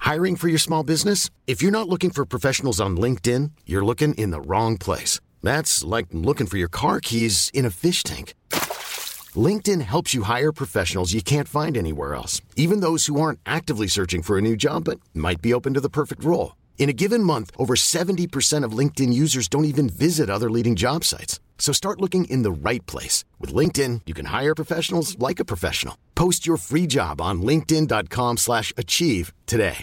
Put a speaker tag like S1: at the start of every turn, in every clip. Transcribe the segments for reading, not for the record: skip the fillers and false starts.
S1: Hiring for your small business? If you're not looking for professionals on LinkedIn, you're looking in the wrong place. That's like looking for your car keys in a fish tank. LinkedIn helps you hire professionals you can't find anywhere else, even those who aren't actively searching for a new job but might be open to the perfect role. In a given month, over 70% of LinkedIn users don't even visit other leading job sites. So start looking in the right place. With LinkedIn, you can hire professionals like a professional. Post your free job on linkedin.com/achieve today.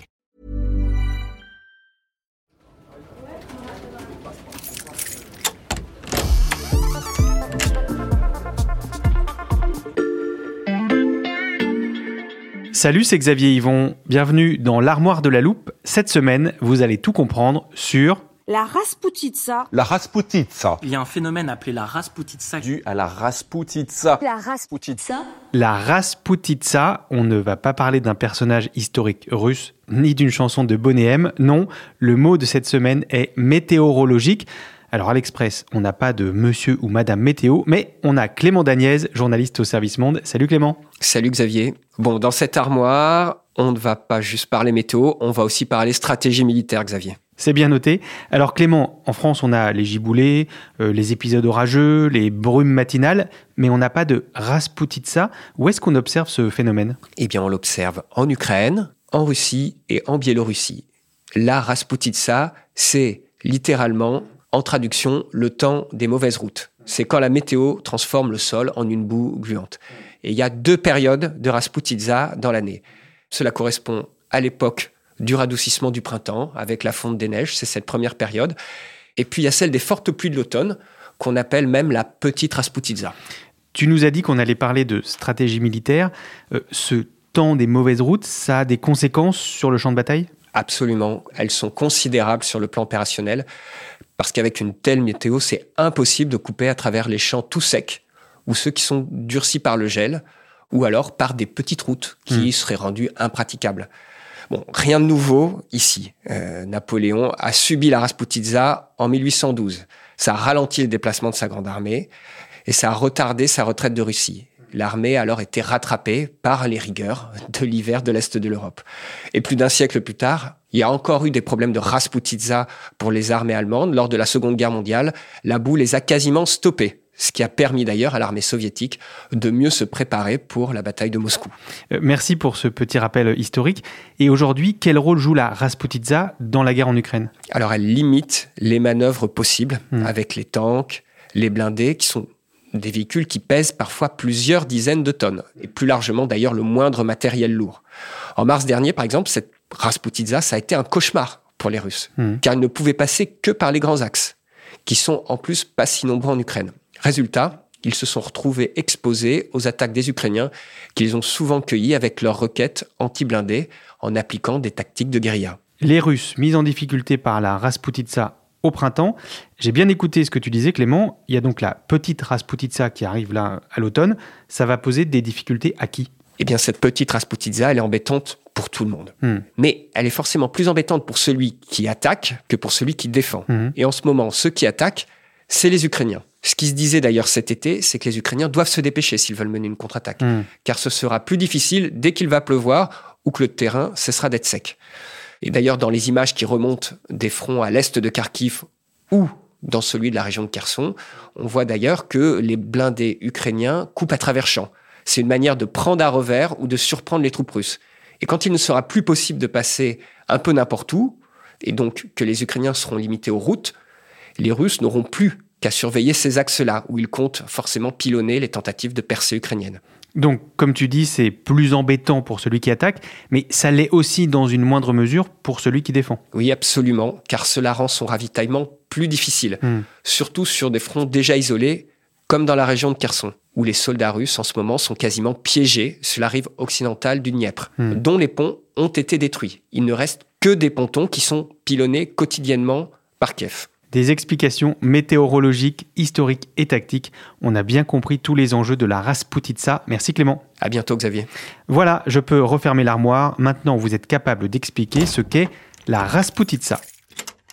S2: Salut, c'est Xavier Yvon. Bienvenue dans l'Armoire de la Loupe. Cette semaine, vous allez tout comprendre sur...
S3: La Rasputitsa.
S4: La Rasputitsa.
S5: Il y a un phénomène appelé la Rasputitsa.
S4: Dû à la Rasputitsa.
S3: La Rasputitsa.
S2: La Rasputitsa, on ne va pas parler d'un personnage historique russe, ni d'une chanson de Boney M. Non, le mot de cette semaine est météorologique. Alors à l'Express, on n'a pas de monsieur ou madame météo, mais on a Clément Dagnès, journaliste au Service Monde. Salut Clément.
S6: Salut Xavier. Bon, dans cette armoire, on ne va pas juste parler météo, on va aussi parler stratégie militaire, Xavier.
S2: C'est bien noté. Alors Clément, en France, on a les giboulées, les épisodes orageux, les brumes matinales, mais on n'a pas de Rasputitsa. Où est-ce qu'on observe ce phénomène ?
S6: Eh bien, on l'observe en Ukraine, en Russie et en Biélorussie. La Rasputitsa, c'est littéralement, en traduction, le temps des mauvaises routes. C'est quand la météo transforme le sol en une boue gluante. Et il y a 2 périodes de Rasputitsa dans l'année. Cela correspond à l'époque du radoucissement du printemps, avec la fonte des neiges, c'est cette première période. Et puis il y a celle des fortes pluies de l'automne, qu'on appelle même la petite Rasputitsa.
S2: Tu nous as dit qu'on allait parler de stratégie militaire. Ce temps des mauvaises routes, ça a des conséquences sur le champ de bataille ?
S6: Absolument, elles sont considérables sur le plan opérationnel, parce qu'avec une telle météo, c'est impossible de couper à travers les champs tout secs, ou ceux qui sont durcis par le gel, ou alors par des petites routes qui seraient rendues impraticables. Bon, rien de nouveau ici. Napoléon a subi la Rasputitsa en 1812. Ça a ralenti le déplacement de sa grande armée et ça a retardé sa retraite de Russie. L'armée a alors été rattrapée par les rigueurs de l'hiver de l'Est de l'Europe. Et plus d'un siècle plus tard, il y a encore eu des problèmes de Rasputitsa pour les armées allemandes. Lors de la Seconde Guerre mondiale, la boue les a quasiment stoppés. Ce qui a permis d'ailleurs à l'armée soviétique de mieux se préparer pour la bataille de Moscou.
S2: Merci pour ce petit rappel historique. Et aujourd'hui, quel rôle joue la Rasputitsa dans la guerre en Ukraine ?
S6: Alors elle limite les manœuvres possibles avec les tanks, les blindés, qui sont des véhicules qui pèsent parfois plusieurs dizaines de tonnes, et plus largement d'ailleurs le moindre matériel lourd. En mars dernier, par exemple, cette Rasputitsa, ça a été un cauchemar pour les Russes, car ils ne pouvaient passer que par les grands axes, qui sont en plus pas si nombreux en Ukraine. Résultat, ils se sont retrouvés exposés aux attaques des Ukrainiens qu'ils ont souvent cueillies avec leurs roquettes anti-blindées en appliquant des tactiques de guérilla.
S2: Les Russes mis en difficulté par la Rasputitsa au printemps. J'ai bien écouté ce que tu disais Clément. Il y a donc la petite Rasputitsa qui arrive là à l'automne. Ça va poser des difficultés à qui ?
S6: Eh bien, cette petite Rasputitsa, elle est embêtante pour tout le monde. Mais elle est forcément plus embêtante pour celui qui attaque que pour celui qui défend. Et en ce moment, ceux qui attaquent, c'est les Ukrainiens. Ce qui se disait d'ailleurs cet été, c'est que les Ukrainiens doivent se dépêcher s'ils veulent mener une contre-attaque. Car ce sera plus difficile dès qu'il va pleuvoir ou que le terrain cessera d'être sec. Et d'ailleurs, dans les images qui remontent des fronts à l'est de Kharkiv ou dans celui de la région de Kherson, on voit d'ailleurs que les blindés ukrainiens coupent à travers champs. C'est une manière de prendre à revers ou de surprendre les troupes russes. Et quand il ne sera plus possible de passer un peu n'importe où, et donc que les Ukrainiens seront limités aux routes, les Russes n'auront plus qu'à surveiller ces axes-là, où ils comptent forcément pilonner les tentatives de percée ukrainienne.
S2: Donc, comme tu dis, c'est plus embêtant pour celui qui attaque, mais ça l'est aussi dans une moindre mesure pour celui qui défend.
S6: Oui, absolument, car cela rend son ravitaillement plus difficile, surtout sur des fronts déjà isolés, comme dans la région de Kherson, où les soldats russes en ce moment sont quasiment piégés sur la rive occidentale du Dniepr, dont les ponts ont été détruits. Il ne reste que des pontons qui sont pilonnés quotidiennement par Kiev.
S2: Des explications météorologiques, historiques et tactiques. On a bien compris tous les enjeux de la Rasputitsa. Merci Clément.
S6: À bientôt Xavier.
S2: Voilà, je peux refermer l'armoire. Maintenant, vous êtes capable d'expliquer ce qu'est la Rasputitsa.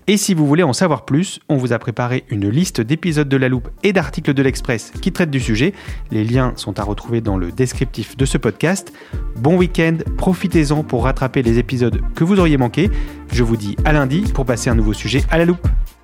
S2: Et si vous voulez en savoir plus, on vous a préparé une liste d'épisodes de La Loupe et d'articles de l'Express qui traitent du sujet. Les liens sont à retrouver dans le descriptif de ce podcast. Bon week-end, profitez-en pour rattraper les épisodes que vous auriez manqués. Je vous dis à lundi pour passer un nouveau sujet à La Loupe.